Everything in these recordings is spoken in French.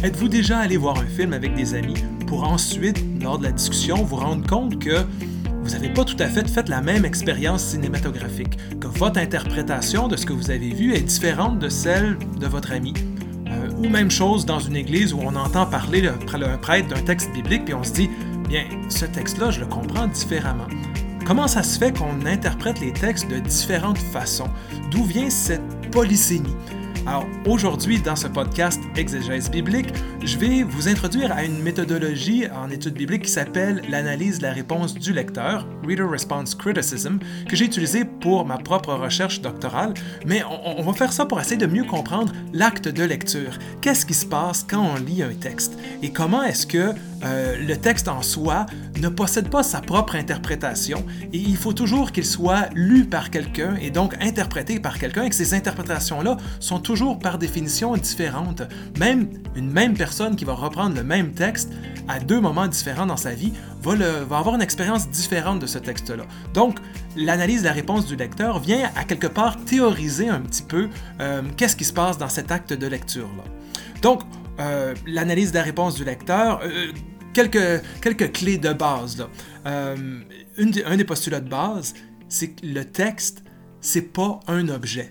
Êtes-vous déjà allé voir un film avec des amis pour ensuite, lors de la discussion, vous rendre compte que vous n'avez pas tout à fait la même expérience cinématographique, que votre interprétation de ce que vous avez vu est différente de celle de votre ami? Ou même chose dans une église où on entend parler le prêtre d'un texte biblique puis on se dit « Bien, ce texte-là, je le comprends différemment ». Comment ça se fait qu'on interprète les textes de différentes façons? D'où vient cette polysémie? Alors, aujourd'hui, dans ce podcast Exégèse biblique, je vais vous introduire à une méthodologie en études bibliques qui s'appelle l'analyse de la réponse du lecteur, Reader Response Criticism, que j'ai utilisé pour ma propre recherche doctorale, mais on va faire ça pour essayer de mieux comprendre l'acte de lecture. Qu'est-ce qui se passe quand on lit un texte? Et comment est-ce que le texte en soi ne possède pas sa propre interprétation et il faut toujours qu'il soit lu par quelqu'un et donc interprété par quelqu'un et que ces interprétations-là sont toujours par définition différentes. Même une même personne qui va reprendre le même texte à deux moments différents dans sa vie va avoir une expérience différente de ce texte-là. Donc, l'analyse de la réponse du lecteur vient à quelque part théoriser un petit peu qu'est-ce qui se passe dans cet acte de lecture-là. Donc, l'analyse de la réponse du lecteur, quelques clés de base, là. Un des postulats de base, c'est que le texte, c'est pas un objet.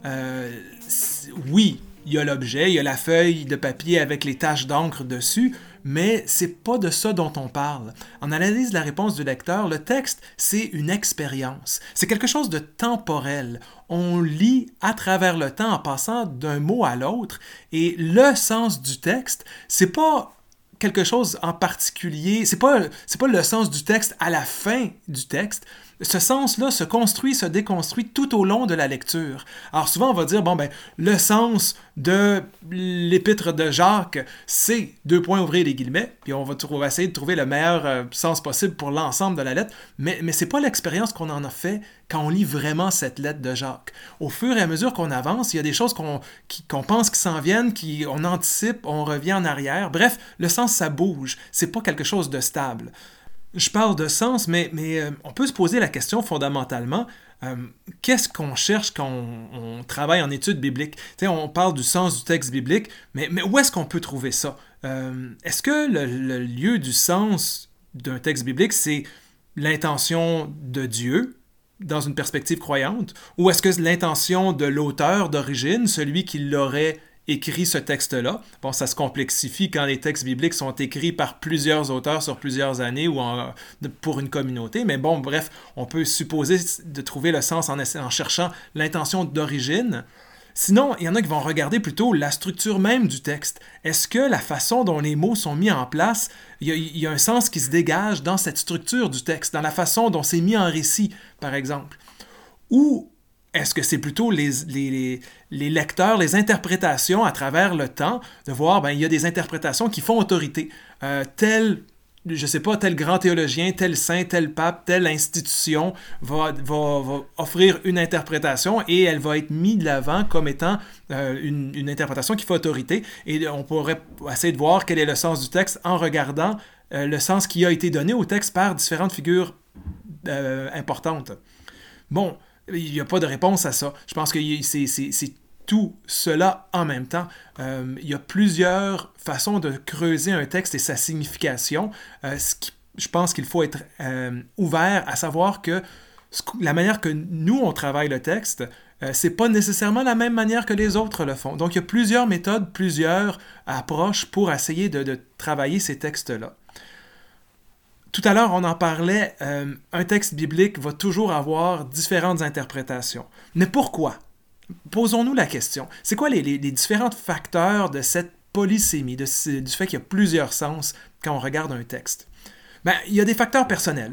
Oui, il y a l'objet, il y a la feuille de papier avec les taches d'encre dessus, mais c'est pas de ça dont on parle. En analyse de la réponse du lecteur, le texte, c'est une expérience. C'est quelque chose de temporel. On lit à travers le temps en passant d'un mot à l'autre, et le sens du texte, c'est pas quelque chose en particulier, c'est pas le sens du texte à la fin du texte. Ce sens-là se construit, se déconstruit tout au long de la lecture. Alors souvent, on va dire, le sens de l'épître de Jacques, c'est, ouvrir les guillemets, puis on va essayer de trouver le meilleur sens possible pour l'ensemble de la lettre, mais c'est pas l'expérience qu'on en a fait quand on lit vraiment cette lettre de Jacques. Au fur et à mesure qu'on avance, il y a des choses qu'on pense qui s'en viennent, on anticipe, on revient en arrière. Bref, le sens, ça bouge. C'est pas quelque chose de stable. Je parle de sens, mais on peut se poser la question fondamentalement, qu'est-ce qu'on cherche quand on travaille en études bibliques? On parle du sens du texte biblique, mais où est-ce qu'on peut trouver ça? Est-ce que le lieu du sens d'un texte biblique, c'est l'intention de Dieu dans une perspective croyante? Ou est-ce que l'intention de l'auteur d'origine, celui qui l'aurait écrit ce texte-là? Bon, ça se complexifie quand les textes bibliques sont écrits par plusieurs auteurs sur plusieurs années ou pour une communauté, mais bon, bref, on peut supposer de trouver le sens en cherchant l'intention d'origine. Sinon, il y en a qui vont regarder plutôt la structure même du texte. Est-ce que la façon dont les mots sont mis en place, il y a un sens qui se dégage dans cette structure du texte, dans la façon dont c'est mis en récit, par exemple? Ou est-ce que c'est plutôt les lecteurs, les interprétations à travers le temps, de voir, il y a des interprétations qui font autorité. Tel grand théologien, tel saint, tel pape, telle institution va offrir une interprétation et elle va être mise de l'avant comme étant une interprétation qui fait autorité. Et on pourrait essayer de voir quel est le sens du texte en regardant le sens qui a été donné au texte par différentes figures importantes. Bon, il n'y a pas de réponse à ça. Je pense que c'est tout cela en même temps. Il y a plusieurs façons de creuser un texte et sa signification. Je pense qu'il faut être ouvert à savoir que la manière que nous, on travaille le texte, c'est pas nécessairement la même manière que les autres le font. Donc, il y a plusieurs méthodes, plusieurs approches pour essayer de travailler ces textes-là. Tout à l'heure, on en parlait, un texte biblique va toujours avoir différentes interprétations. Mais pourquoi? Posons-nous la question. C'est quoi les différents facteurs de cette polysémie, du fait qu'il y a plusieurs sens quand on regarde un texte? Il y a des facteurs personnels.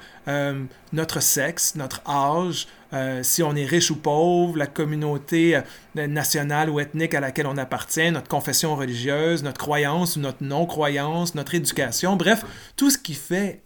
Notre sexe, notre âge, si on est riche ou pauvre, la communauté nationale ou ethnique à laquelle on appartient, notre confession religieuse, notre croyance ou notre non-croyance, notre éducation, bref, tout ce qui fait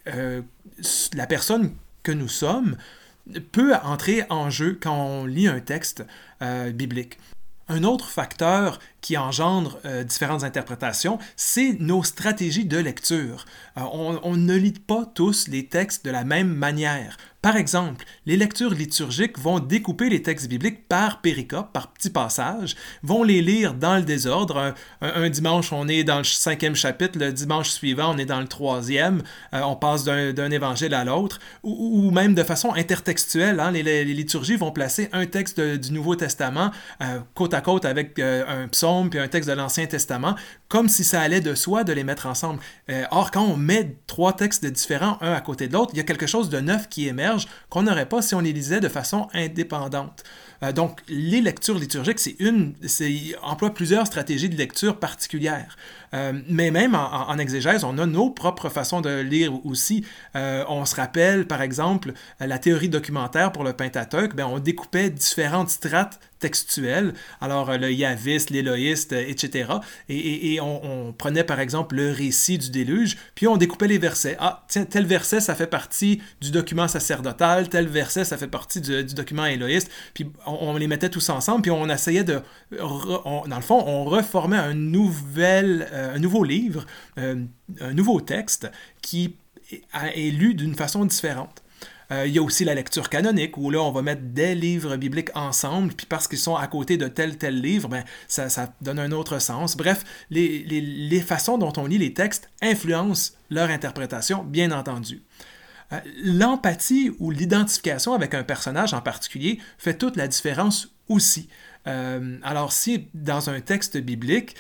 la personne que nous sommes peut entrer en jeu quand on lit un texte biblique. Un autre facteur qui engendre différentes interprétations, c'est nos stratégies de lecture. On ne lit pas tous les textes de la même manière. Par exemple, les lectures liturgiques vont découper les textes bibliques par péricope, par petits passages, vont les lire dans le désordre. Un dimanche, on est dans le 5e chapitre, le dimanche suivant, on est dans le 3e, on passe d'un évangile à l'autre, ou même de façon intertextuelle. Hein, les liturgies vont placer un texte du Nouveau Testament côte à côte avec un psaume puis un texte de l'Ancien Testament, comme si ça allait de soi de les mettre ensemble. Or, quand on met 3 textes différents, un à côté de l'autre, il y a quelque chose de neuf qui émerge qu'on n'aurait pas si on les lisait de façon indépendante. Donc, les lectures liturgiques, emploie plusieurs stratégies de lecture particulières. Mais même en exégèse, on a nos propres façons de lire aussi. On se rappelle, par exemple, la théorie documentaire pour le Pentateuque, on découpait différentes strates textuelles, alors le yaviste, l'éloïste, etc. Et on prenait par exemple le récit du déluge, puis on découpait les versets. Ah, tiens, tel verset, ça fait partie du document sacerdotal, tel verset, ça fait partie du document éloïste, puis on les mettait tous ensemble, puis on essayait dans le fond, on reformait un nouveau livre, un nouveau texte qui est lu d'une façon différente. Il y a aussi la lecture canonique, où là, on va mettre des livres bibliques ensemble, puis parce qu'ils sont à côté de tel livre, ça donne un autre sens. Bref, les façons dont on lit les textes influencent leur interprétation, bien entendu. L'empathie ou l'identification avec un personnage en particulier fait toute la différence aussi. Alors si dans un texte biblique,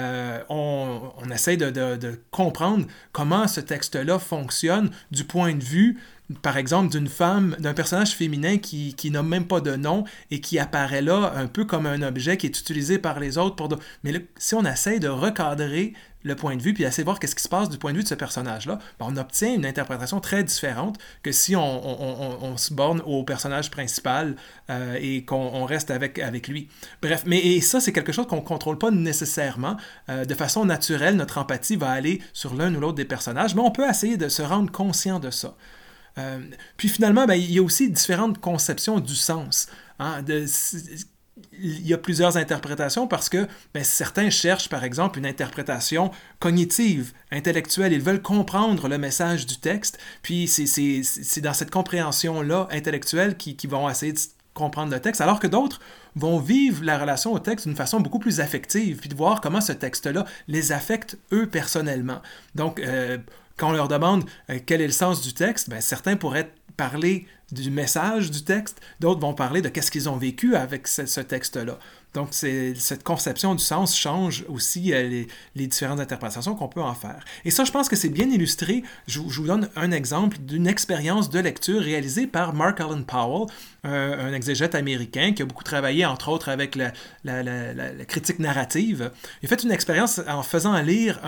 on essaie de comprendre comment ce texte-là fonctionne du point de vue, par exemple, d'une femme, d'un personnage féminin qui n'a même pas de nom et qui apparaît là un peu comme un objet qui est utilisé par les autres. Mais là, si on essaie de recadrer le point de vue puis essayer de voir qu'est-ce qui se passe du point de vue de ce personnage-là, on obtient une interprétation très différente que si on se borne au personnage principal et qu'on reste avec lui. Bref, et ça, c'est quelque chose qu'on ne contrôle pas nécessairement. De façon naturelle, notre empathie va aller sur l'un ou l'autre des personnages, mais on peut essayer de se rendre conscient de ça. Puis finalement, il y a aussi différentes conceptions du sens. Hein, il y a plusieurs interprétations parce que certains cherchent, par exemple, une interprétation cognitive, intellectuelle. Ils veulent comprendre le message du texte, puis c'est dans cette compréhension-là intellectuelle qu'ils vont essayer de comprendre le texte, alors que d'autres vont vivre la relation au texte d'une façon beaucoup plus affective, puis de voir comment ce texte-là les affecte eux personnellement. Donc, quand on leur demande quel est le sens du texte, certains pourraient parler du message du texte, d'autres vont parler de qu'est-ce qu'ils ont vécu avec ce texte-là. Donc, cette conception du sens change aussi les différentes interprétations qu'on peut en faire. Et ça, je pense que c'est bien illustré. Je vous donne un exemple d'une expérience de lecture réalisée par Mark Allen Powell, un exégète américain qui a beaucoup travaillé, entre autres, avec la critique narrative. Il a fait une expérience en faisant lire,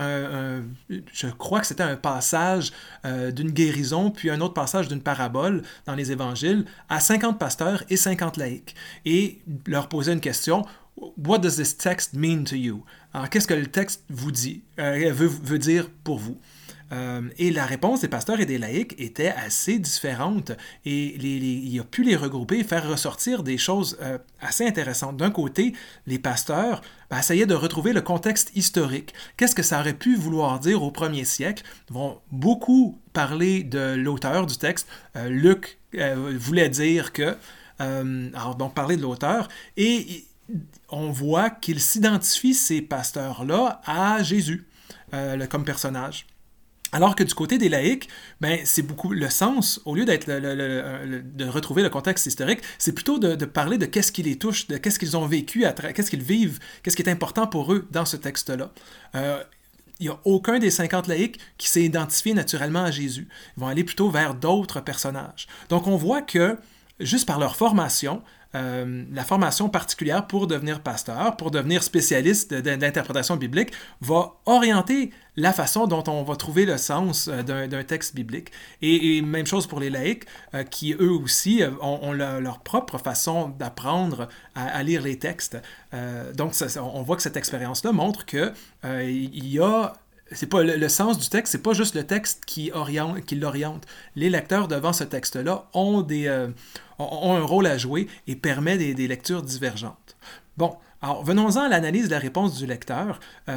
je crois que c'était un passage d'une guérison, puis un autre passage d'une parabole dans les évangiles, à 50 pasteurs et 50 laïcs. Et leur poser une question: What does this text mean to you? Alors, qu'est-ce que le texte vous dit, veut dire pour vous? Et la réponse des pasteurs et des laïcs était assez différente et il a pu les regrouper et faire ressortir des choses assez intéressantes. D'un côté, les pasteurs essayaient de retrouver le contexte historique. Qu'est-ce que ça aurait pu vouloir dire au 1er siècle? Ils vont beaucoup parler de l'auteur du texte. Luc voulait dire que... alors, donc, parler de l'auteur et on voit qu'il s'identifie, ces pasteurs-là, à Jésus comme personnage. Alors que du côté des laïcs, c'est beaucoup le sens, au lieu d'être de retrouver le contexte historique, c'est plutôt de parler de qu'est-ce qui les touche, de qu'est-ce qu'ils ont vécu, qu'est-ce qu'ils vivent, qu'est-ce qui est important pour eux dans ce texte-là. Il n'y a aucun des 50 laïcs qui s'est identifié naturellement à Jésus. Ils vont aller plutôt vers d'autres personnages. Donc on voit que, juste par leur formation, la formation particulière pour devenir pasteur, pour devenir spécialiste d'interprétation biblique, va orienter la façon dont on va trouver le sens d'un texte biblique. Et même chose pour les laïcs, qui eux aussi ont leur propre façon d'apprendre à lire les textes. Donc on voit que cette expérience-là montre que il y a... C'est pas le sens du texte, c'est pas juste le texte qui l'oriente. Les lecteurs devant ce texte-là ont un rôle à jouer et permet des lectures divergentes. Bon, Alors, venons-en à l'analyse de la réponse du lecteur.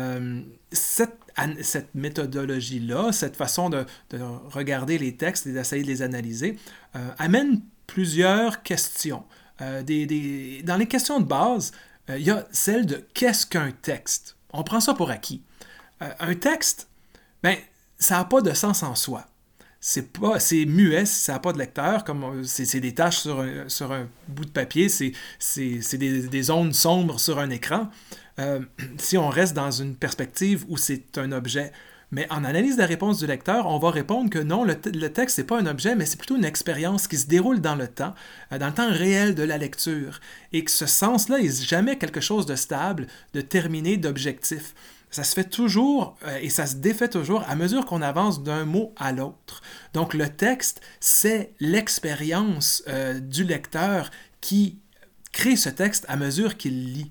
Cette méthodologie-là, cette façon de regarder les textes et d'essayer de les analyser, amène plusieurs questions. Dans les questions de base, il y a celle de qu'est-ce qu'un texte? On prend ça pour acquis. Un texte, ben, ça n'a pas de sens en soi. C'est muet si ça n'a pas de lecteur, comme c'est des taches sur un bout de papier, c'est des zones sombres sur un écran. Si on reste dans une perspective où c'est un objet. Mais en analyse de la réponse du lecteur, on va répondre que non, le texte, c'est pas un objet, mais c'est plutôt une expérience qui se déroule dans le temps réel de la lecture. Et que ce sens-là n'est jamais quelque chose de stable, de terminé, d'objectif. Ça se fait toujours et ça se défait toujours à mesure qu'on avance d'un mot à l'autre. Donc le texte, c'est l'expérience du lecteur qui crée ce texte à mesure qu'il lit.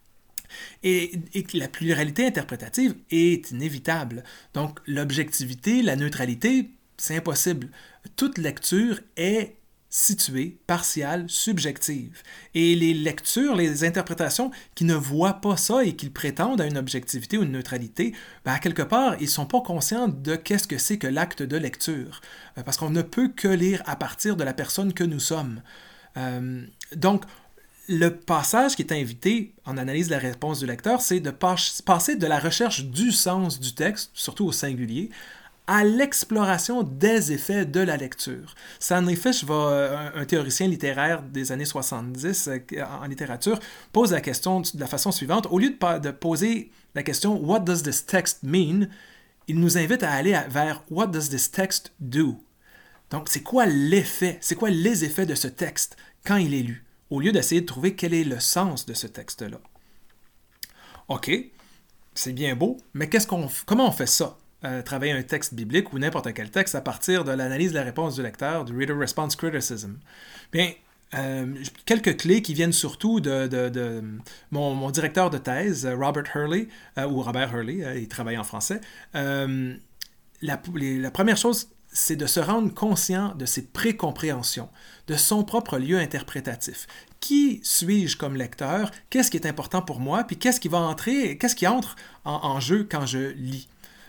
Et la pluralité interprétative est inévitable. Donc l'objectivité, la neutralité, c'est impossible. Toute lecture est située, partiale, subjective. Et les lectures, les interprétations qui ne voient pas ça et qui prétendent à une objectivité ou une neutralité, ben, à quelque part, ils ne sont pas conscients de qu'est-ce que c'est que l'acte de lecture. Parce qu'on ne peut que lire à partir de la personne que nous sommes. Donc, le passage qui est invité en analyse de la réponse du lecteur, c'est de passer de la recherche du sens du texte, surtout au singulier, à l'exploration des effets de la lecture. Stanley Fish, un théoricien littéraire des années 70 en littérature, pose la question de la façon suivante. Au lieu de poser la question « What does this text mean ?», il nous invite à aller vers « What does this text do ?» Donc, c'est quoi l'effet? C'est quoi les effets de ce texte quand il est lu? Au lieu d'essayer de trouver quel est le sens de ce texte-là. OK, c'est bien beau, mais comment on fait ça? Travailler un texte biblique ou n'importe quel texte à partir de l'analyse de la réponse du lecteur, du Reader Response Criticism. Bien, quelques clés qui viennent surtout de mon directeur de thèse, Robert Hurley, ou Robert Hurley, il travaille en français. La première chose, c'est de se rendre conscient de ses précompréhensions, de son propre lieu interprétatif. Qui suis-je comme lecteur? Qu'est-ce qui est important pour moi? Puis qu'est-ce qui entre en jeu quand je lis?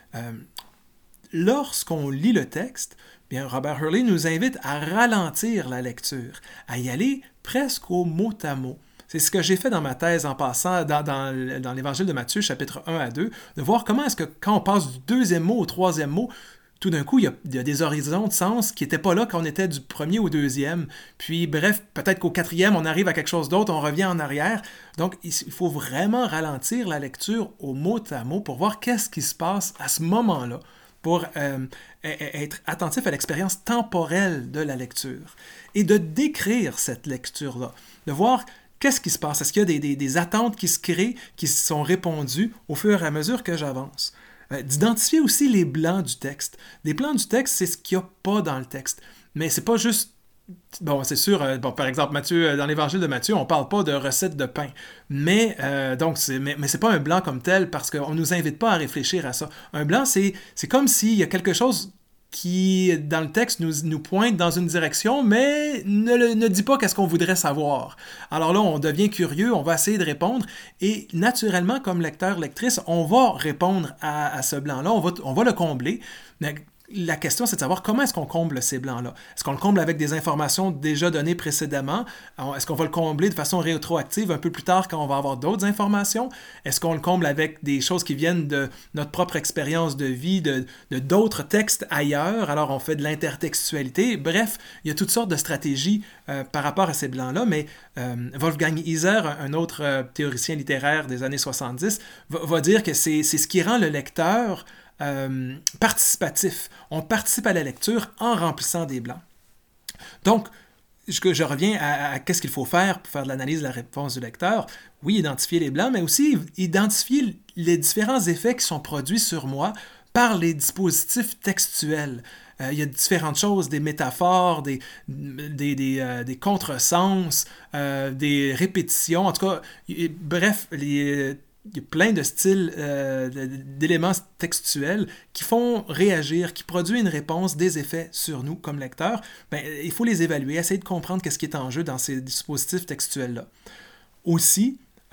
Lorsqu'on lit le texte, bien, Robert Hurley nous invite à ralentir la lecture, à y aller presque au mot à mot. C'est ce que j'ai fait dans ma thèse en passant dans l'Évangile de Matthieu, chapitre 1 à 2, de voir comment est-ce que quand on passe du deuxième mot au troisième mot, tout d'un coup, il y a des horizons de sens qui n'étaient pas là quand on était du premier au deuxième. Puis, bref, peut-être qu'au quatrième, on arrive à quelque chose d'autre, on revient en arrière. Donc, il faut vraiment ralentir la lecture au mot à mot pour voir qu'est-ce qui se passe à ce moment-là, pour être attentif à l'expérience temporelle de la lecture. Et de décrire cette lecture-là, de voir qu'est-ce qui se passe. Est-ce qu'il y a des attentes qui se créent, qui sont répondues au fur et à mesure que j'avance? D'identifier aussi les blancs du texte. Les blancs du texte, c'est ce qu'il n'y a pas dans le texte. Mais c'est pas juste... Bon, c'est sûr, par exemple, dans l'Évangile de Matthieu, on ne parle pas de recettes de pain. Mais c'est pas un blanc comme tel parce qu'on ne nous invite pas à réfléchir à ça. Un blanc, c'est comme s'il y a quelque chose qui, dans le texte, nous pointe dans une direction, mais ne dit pas qu'est-ce qu'on voudrait savoir. Alors là, on devient curieux, on va essayer de répondre, et naturellement, comme lecteur, lectrice, on va répondre à ce blanc-là, on va le combler. La question, c'est de savoir comment est-ce qu'on comble ces blancs-là. Est-ce qu'on le comble avec des informations déjà données précédemment? Est-ce qu'on va le combler de façon rétroactive un peu plus tard quand on va avoir d'autres informations? Est-ce qu'on le comble avec des choses qui viennent de notre propre expérience de vie, de d'autres textes ailleurs? Alors, on fait de l'intertextualité. Bref, il y a toutes sortes de stratégies par rapport à ces blancs-là, mais Wolfgang Iser, un autre théoricien littéraire des années 70, va dire que c'est ce qui rend le lecteur participatif. On participe à la lecture en remplissant des blancs. Donc, je reviens à qu'est-ce qu'il faut faire pour faire de l'analyse de la réponse du lecteur. Oui, identifier les blancs, mais aussi identifier les différents effets qui sont produits sur moi par les dispositifs textuels. Il y a différentes choses, des métaphores, des contresens, des répétitions, en tout cas, bref, il y a plein de styles, d'éléments textuels qui font réagir, qui produisent une réponse, des effets sur nous comme lecteurs. Il faut les évaluer, essayer de comprendre ce qui est en jeu dans ces dispositifs textuels-là. Aussi,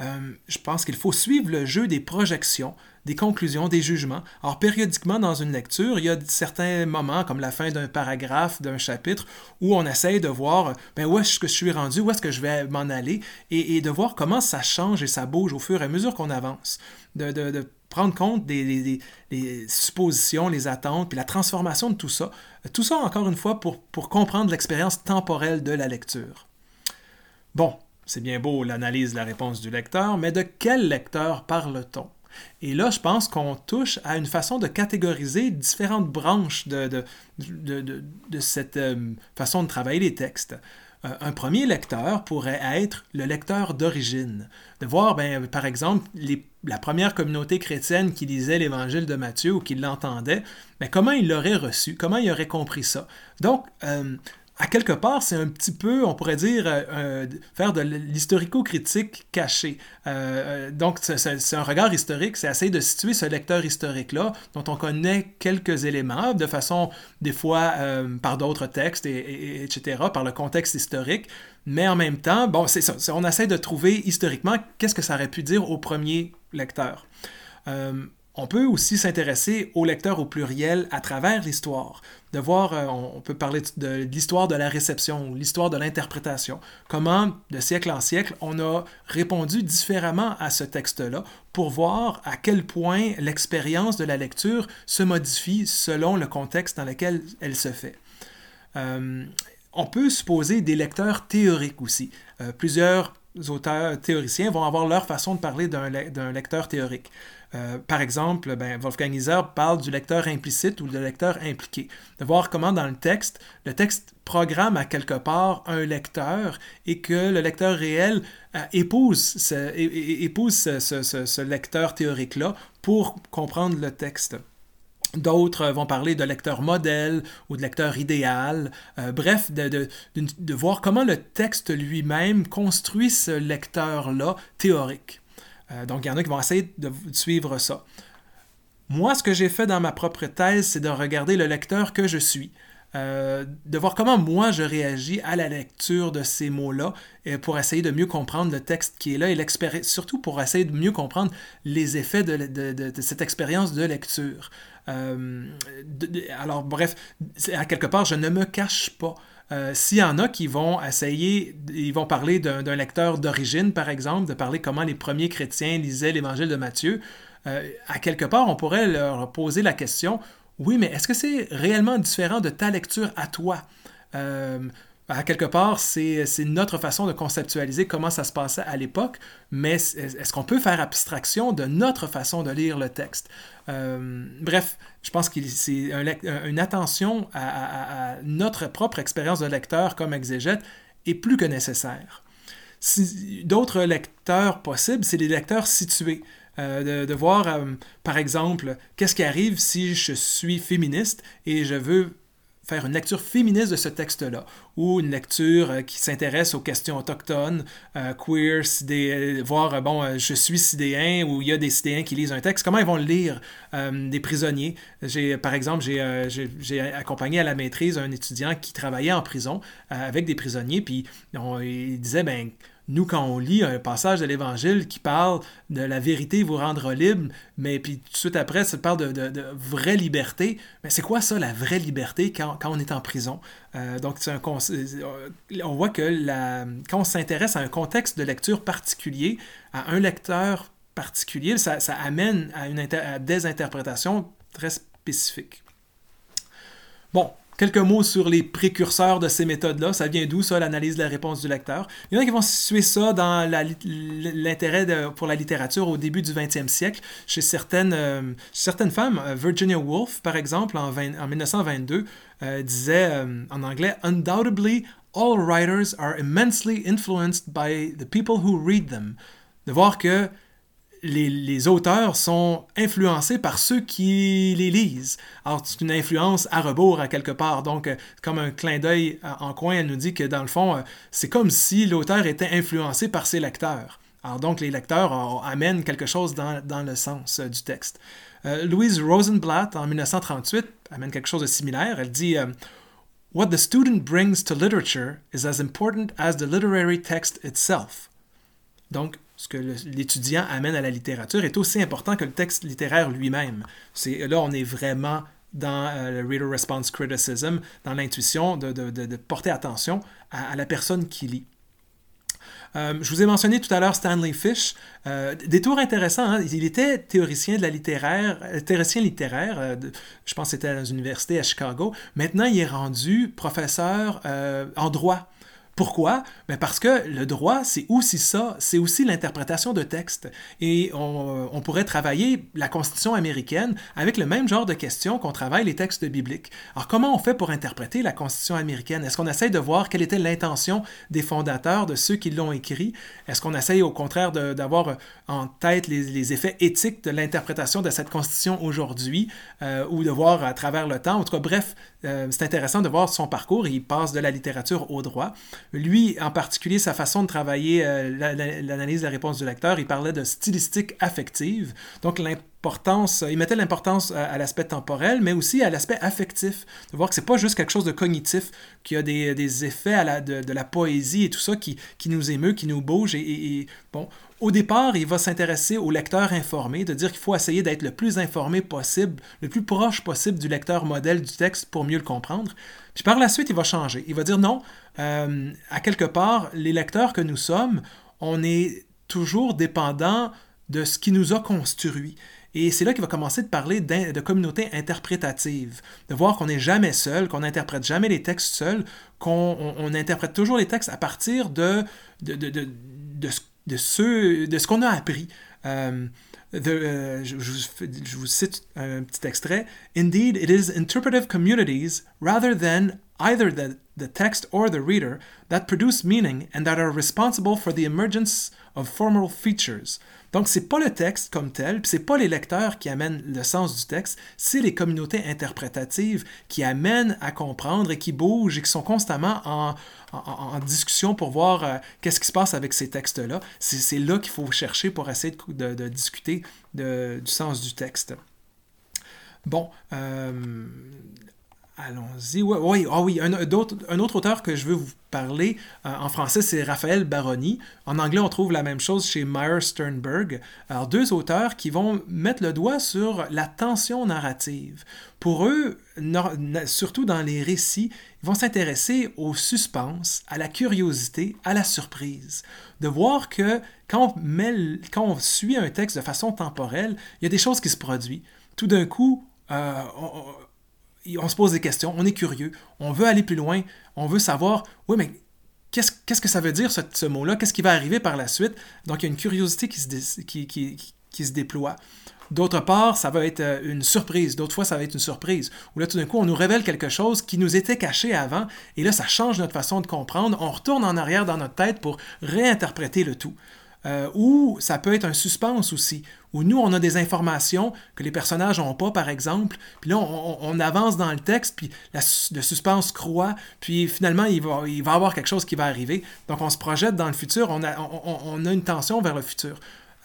Je pense qu'il faut suivre le jeu des projections, des conclusions, des jugements. Alors, périodiquement, dans une lecture, il y a certains moments, comme la fin d'un paragraphe, d'un chapitre, où on essaye de voir où est-ce que je suis rendu, où est-ce que je vais m'en aller, et de voir comment ça change et ça bouge au fur et à mesure qu'on avance. De prendre compte des suppositions, les attentes, puis la transformation de tout ça. Tout ça, encore une fois, pour comprendre l'expérience temporelle de la lecture. Bon, c'est bien beau l'analyse de la réponse du lecteur, mais de quel lecteur parle-t-on? Et là, je pense qu'on touche à une façon de catégoriser différentes branches de cette façon de travailler les textes. Un premier lecteur pourrait être le lecteur d'origine. De voir, par exemple, la première communauté chrétienne qui lisait l'Évangile de Matthieu ou qui l'entendait, comment il l'aurait reçu, comment il aurait compris ça. Donc, à quelque part, c'est un petit peu, on pourrait dire, faire de l'historico-critique caché. Donc, c'est un regard historique, c'est essayer de situer ce lecteur historique-là, dont on connaît quelques éléments, de façon, des fois, par d'autres textes, etc., par le contexte historique, mais en même temps, bon, c'est ça, on essaie de trouver historiquement qu'est-ce que ça aurait pu dire au premier lecteur. On peut aussi s'intéresser au lecteur au pluriel à travers l'histoire, de voir, on peut parler de l'histoire de la réception ou l'histoire de l'interprétation, comment de siècle en siècle on a répondu différemment à ce texte-là pour voir à quel point l'expérience de la lecture se modifie selon le contexte dans lequel elle se fait. On peut supposer des lecteurs théoriques aussi. Plusieurs auteurs théoriciens vont avoir leur façon de parler d'un lecteur théorique. Par exemple, Wolfgang Iser parle du lecteur implicite ou du lecteur impliqué. De voir comment dans le texte programme à quelque part un lecteur et que le lecteur réel épouse ce lecteur théorique-là pour comprendre le texte. D'autres vont parler de lecteur modèle ou de lecteur idéal. Bref, de voir comment le texte lui-même construit ce lecteur-là théorique. Donc, il y en a qui vont essayer de suivre ça. Moi, ce que j'ai fait dans ma propre thèse, c'est de regarder le lecteur que je suis. De voir comment moi je réagis à la lecture de ces mots-là pour essayer de mieux comprendre le texte qui est là et surtout pour essayer de mieux comprendre les effets de cette expérience de lecture. Alors bref, à quelque part, je ne me cache pas. S'il y en a qui vont essayer, ils vont parler d'un lecteur d'origine, par exemple, de parler comment les premiers chrétiens lisaient l'Évangile de Matthieu, à quelque part, on pourrait leur poser la question, oui, mais est-ce que c'est réellement différent de ta lecture à toi? À quelque part, c'est notre façon de conceptualiser comment ça se passait à l'époque, mais est-ce qu'on peut faire abstraction de notre façon de lire le texte? Bref, je pense que c'est une attention à notre propre expérience de lecteur comme exégète est plus que nécessaire. D'autres lecteurs possibles, c'est les lecteurs situés. De voir, par exemple, qu'est-ce qui arrive si je suis féministe et je veux faire une lecture féministe de ce texte-là, ou une lecture qui s'intéresse aux questions autochtones, queer, voir, je suis sidéen, ou il y a des sidéens qui lisent un texte, comment ils vont le lire, des prisonniers. Par exemple, j'ai accompagné à la maîtrise un étudiant qui travaillait en prison avec des prisonniers, puis il disait, nous, quand on lit un passage de l'Évangile qui parle de la vérité vous rendra libre, mais puis tout de suite après, ça parle de vraie liberté. Mais c'est quoi ça, la vraie liberté, quand on est en prison? Donc, on voit que quand on s'intéresse à un contexte de lecture particulier, à un lecteur particulier, ça amène à des interprétations très spécifiques. Bon. Quelques mots sur les précurseurs de ces méthodes-là. Ça vient d'où, ça, l'analyse de la réponse du lecteur? Il y en a qui vont situer ça dans l'intérêt pour la littérature au début du 20e siècle. Chez certaines femmes, Virginia Woolf, par exemple, en 1922, disait en anglais « Undoubtedly, all writers are immensely influenced by the people who read them ». De voir que les auteurs sont influencés par ceux qui les lisent. Alors, c'est une influence à rebours, à quelque part. Donc, comme un clin d'œil en coin, elle nous dit que, dans le fond, c'est comme si l'auteur était influencé par ses lecteurs. Alors, donc, les lecteurs amènent quelque chose dans le sens du texte. Louise Rosenblatt, en 1938, amène quelque chose de similaire. Elle dit « What the student brings to literature is as important as the literary text itself. » Donc, ce que l'étudiant amène à la littérature est aussi important que le texte littéraire lui-même. Là, on est vraiment dans le Reader Response Criticism, dans l'intuition de porter attention à la personne qui lit. Je vous ai mentionné tout à l'heure Stanley Fish. Des tours intéressants. Hein? Il était théoricien littéraire. Je pense que c'était à l'université à Chicago. Maintenant, il est rendu professeur en droit. Pourquoi? Ben parce que le droit, c'est aussi ça, c'est aussi l'interprétation de textes. Et on pourrait travailler la Constitution américaine avec le même genre de questions qu'on travaille les textes bibliques. Alors, comment on fait pour interpréter la Constitution américaine? Est-ce qu'on essaye de voir quelle était l'intention des fondateurs, de ceux qui l'ont écrit? Est-ce qu'on essaye au contraire d'avoir en tête les effets éthiques de l'interprétation de cette Constitution aujourd'hui ou de voir à travers le temps? En tout cas, bref, c'est intéressant de voir son parcours. Il passe de la littérature au droit. Lui, en particulier, sa façon de travailler l'analyse de la réponse du lecteur, il parlait de stylistique affective. Donc, il mettait l'importance à l'aspect temporel, mais aussi à l'aspect affectif. De voir que c'est pas juste quelque chose de cognitif, qu'il y a des effets de la poésie et tout ça qui nous émeut, qui nous bouge. Bon, au départ, il va s'intéresser au lecteur informé, de dire qu'il faut essayer d'être le plus informé possible, le plus proche possible du lecteur modèle du texte pour mieux le comprendre. Puis par la suite, il va changer. Il va dire non, à quelque part, les lecteurs que nous sommes, on est toujours dépendant de ce qui nous a construit. Et c'est là qu'il va commencer de parler de communauté interprétative, de voir qu'on n'est jamais seul, qu'on n'interprète jamais les textes seuls, qu'on interprète toujours les textes à partir de ce qu'on a appris. Je vous cite un petit extrait. Indeed, it is interpretive communities rather than either the text or the reader that produce meaning and that are responsible for the emergence of formal features. Donc, c'est pas le texte comme tel, puis c'est pas les lecteurs qui amènent le sens du texte, c'est les communautés interprétatives qui amènent à comprendre et qui bougent et qui sont constamment en discussion pour voir qu'est-ce qui se passe avec ces textes-là. C'est là qu'il faut chercher pour essayer de discuter du sens du texte. Bon, allons-y. Oui, un autre auteur que je veux vous parler en français, c'est Raphaël Baroni. En anglais, on trouve la même chose chez Meyer Sternberg. Alors, deux auteurs qui vont mettre le doigt sur la tension narrative. Pour eux, surtout dans les récits, ils vont s'intéresser au suspense, à la curiosité, à la surprise. De voir que quand on suit un texte de façon temporelle, il y a des choses qui se produisent. Tout d'un coup, on se pose des questions, on est curieux, on veut aller plus loin, on veut savoir, oui, mais qu'est-ce que ça veut dire ce mot-là? Qu'est-ce qui va arriver par la suite? Donc, il y a une curiosité qui se déploie. D'autre part, ça va être une surprise. D'autres fois, ça va être une surprise. Où là, tout d'un coup, on nous révèle quelque chose qui nous était caché avant, et là, ça change notre façon de comprendre. On retourne en arrière dans notre tête pour réinterpréter le tout. Ou ça peut être un suspense aussi, où nous, on a des informations que les personnages n'ont pas, par exemple, puis là, on avance dans le texte, puis le suspense croît, puis finalement, il va y avoir quelque chose qui va arriver. Donc, on se projette dans le futur, on a une tension vers le futur.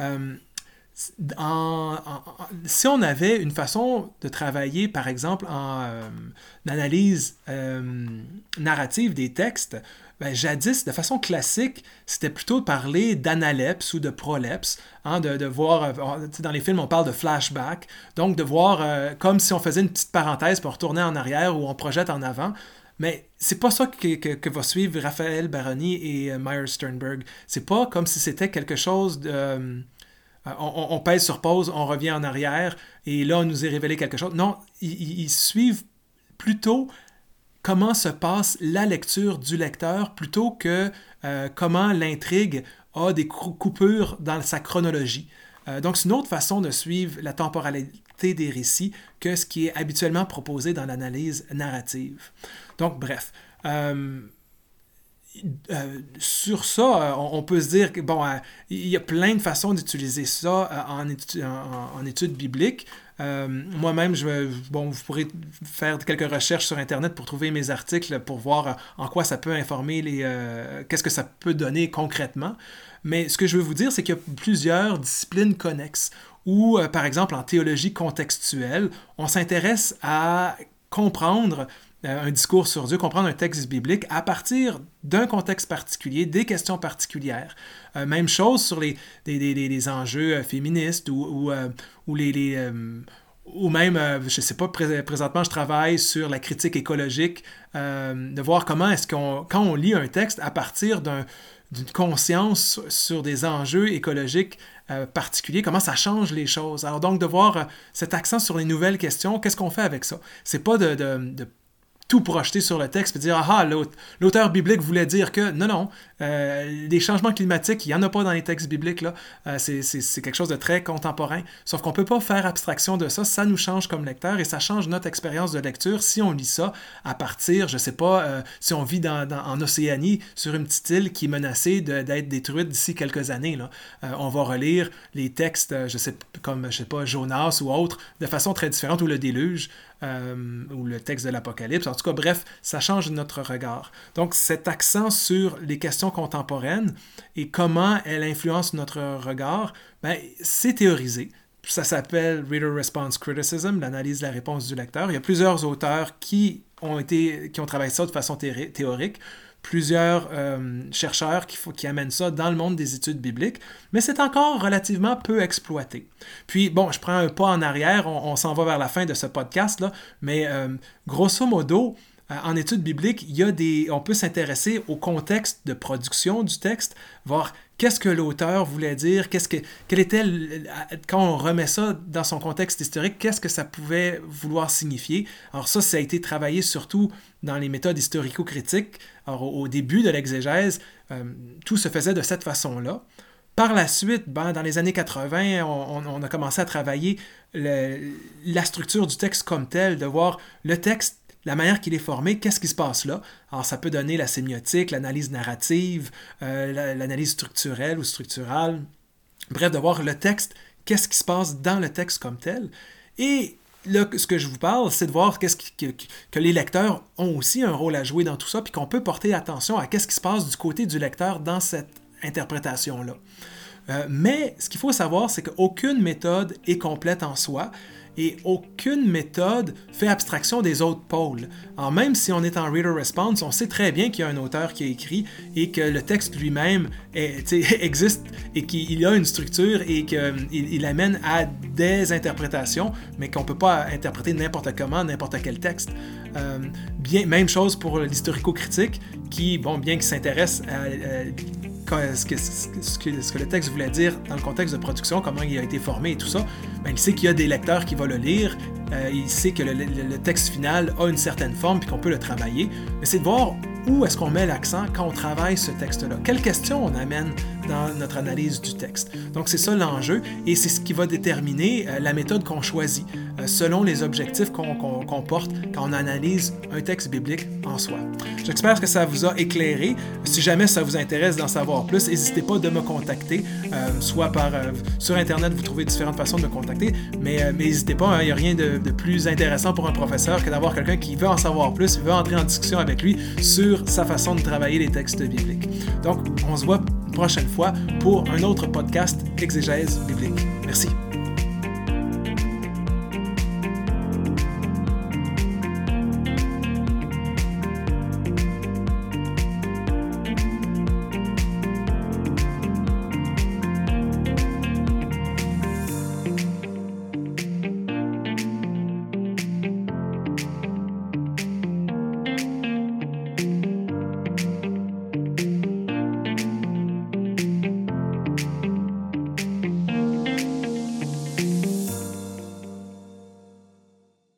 Si on avait une façon de travailler, par exemple, en analyse narrative des textes, jadis, de façon classique, c'était plutôt de parler d'analepse ou de prolepse, hein, de voir, dans les films, on parle de flashback, donc de voir comme si on faisait une petite parenthèse pour retourner en arrière ou on projette en avant. Mais c'est pas ça que va suivre Raphaël Baroni et Meyer Sternberg. C'est pas comme si c'était quelque chose de... on pèse sur pause, on revient en arrière, et là, on nous est révélé quelque chose. Non, ils suivent plutôt comment se passe la lecture du lecteur, plutôt que comment l'intrigue a des coupures dans sa chronologie. Donc, c'est une autre façon de suivre la temporalité des récits que ce qui est habituellement proposé dans l'analyse narrative. Donc, bref... sur ça, on peut se dire que il y a plein de façons d'utiliser ça en études bibliques. Moi-même, vous pourrez faire quelques recherches sur Internet pour trouver mes articles pour voir en quoi ça peut informer qu'est-ce que ça peut donner concrètement. Mais ce que je veux vous dire, c'est qu'il y a plusieurs disciplines connexes où, par exemple, en théologie contextuelle, on s'intéresse à comprendre un discours sur Dieu, comprendre un texte biblique à partir d'un contexte particulier, des questions particulières. Même chose sur les enjeux féministes ou même, je ne sais pas, présentement, je travaille sur la critique écologique, de voir comment est-ce quand on lit un texte à partir d'une conscience sur des enjeux écologiques particuliers, comment ça change les choses. Alors donc, de voir cet accent sur les nouvelles questions, qu'est-ce qu'on fait avec ça? C'est pas de tout projeter sur le texte et dire « Ah, l'auteur biblique voulait dire que... » Non, les changements climatiques, il n'y en a pas dans les textes bibliques, là. C'est quelque chose de très contemporain. Sauf qu'on ne peut pas faire abstraction de ça. Ça nous change comme lecteur et ça change notre expérience de lecture si on lit ça à partir, je ne sais pas, si on vit en Océanie, sur une petite île qui est menacée d'être détruite d'ici quelques années, là. On va relire les textes, comme Jonas ou autres, de façon très différente, ou le déluge, ou le texte de l'Apocalypse. En tout cas, bref, ça change notre regard. Donc, cet accent sur les questions contemporaines et comment elles influencent notre regard, c'est théorisé. Ça s'appelle Reader Response Criticism, l'analyse de la réponse du lecteur. Il y a plusieurs auteurs qui ont travaillé ça de façon théorique. Plusieurs chercheurs qui amènent ça dans le monde des études bibliques, mais c'est encore relativement peu exploité. Puis, bon, je prends un pas en arrière, on s'en va vers la fin de ce podcast-là, mais grosso modo, en études bibliques, on peut s'intéresser au contexte de production du texte, voir qu'est-ce que l'auteur voulait dire, quand on remet ça dans son contexte historique, qu'est-ce que ça pouvait vouloir signifier. Alors ça a été travaillé surtout dans les méthodes historico-critiques. Alors au début de l'exégèse, tout se faisait de cette façon-là. Par la suite, dans les années 80, on a commencé à travailler la structure du texte comme tel, de voir le texte, la manière qu'il est formé, qu'est-ce qui se passe là. Alors, ça peut donner la sémiotique, l'analyse narrative, l'analyse structurelle ou structurale. Bref, de voir le texte, qu'est-ce qui se passe dans le texte comme tel. Et là, ce que je vous parle, c'est de voir que les lecteurs ont aussi un rôle à jouer dans tout ça, puis qu'on peut porter attention à qu'est-ce qui se passe du côté du lecteur dans cette interprétation-là. Mais ce qu'il faut savoir, c'est qu'aucune méthode est complète en soi et aucune méthode fait abstraction des autres pôles. Alors même si on est en reader response, on sait très bien qu'il y a un auteur qui a écrit et que le texte lui-même existe et qu'il a une structure et qu'il amène à des interprétations, mais qu'on ne peut pas interpréter n'importe comment, n'importe quel texte. Même chose pour l'historico-critique qui, bien qu'il s'intéresse à ce que le texte voulait dire dans le contexte de production, comment il a été formé et tout ça, il sait qu'il y a des lecteurs qui vont le lire, il sait que le texte final a une certaine forme puis qu'on peut le travailler, mais c'est de voir où est-ce qu'on met l'accent quand on travaille ce texte-là. Quelles questions on amène dans notre analyse du texte. Donc c'est ça l'enjeu et c'est ce qui va déterminer la méthode qu'on choisit selon les objectifs qu'on porte quand on analyse un texte biblique en soi. J'espère que ça vous a éclairé. Si jamais ça vous intéresse d'en savoir plus, n'hésitez pas de me contacter, soit sur Internet, vous trouvez différentes façons de me contacter, mais n'hésitez pas, il n'y a rien de plus intéressant pour un professeur que d'avoir quelqu'un qui veut en savoir plus, qui veut entrer en discussion avec lui sur sa façon de travailler les textes bibliques. Donc, on se voit une prochaine fois pour un autre podcast Exégèse biblique. Merci.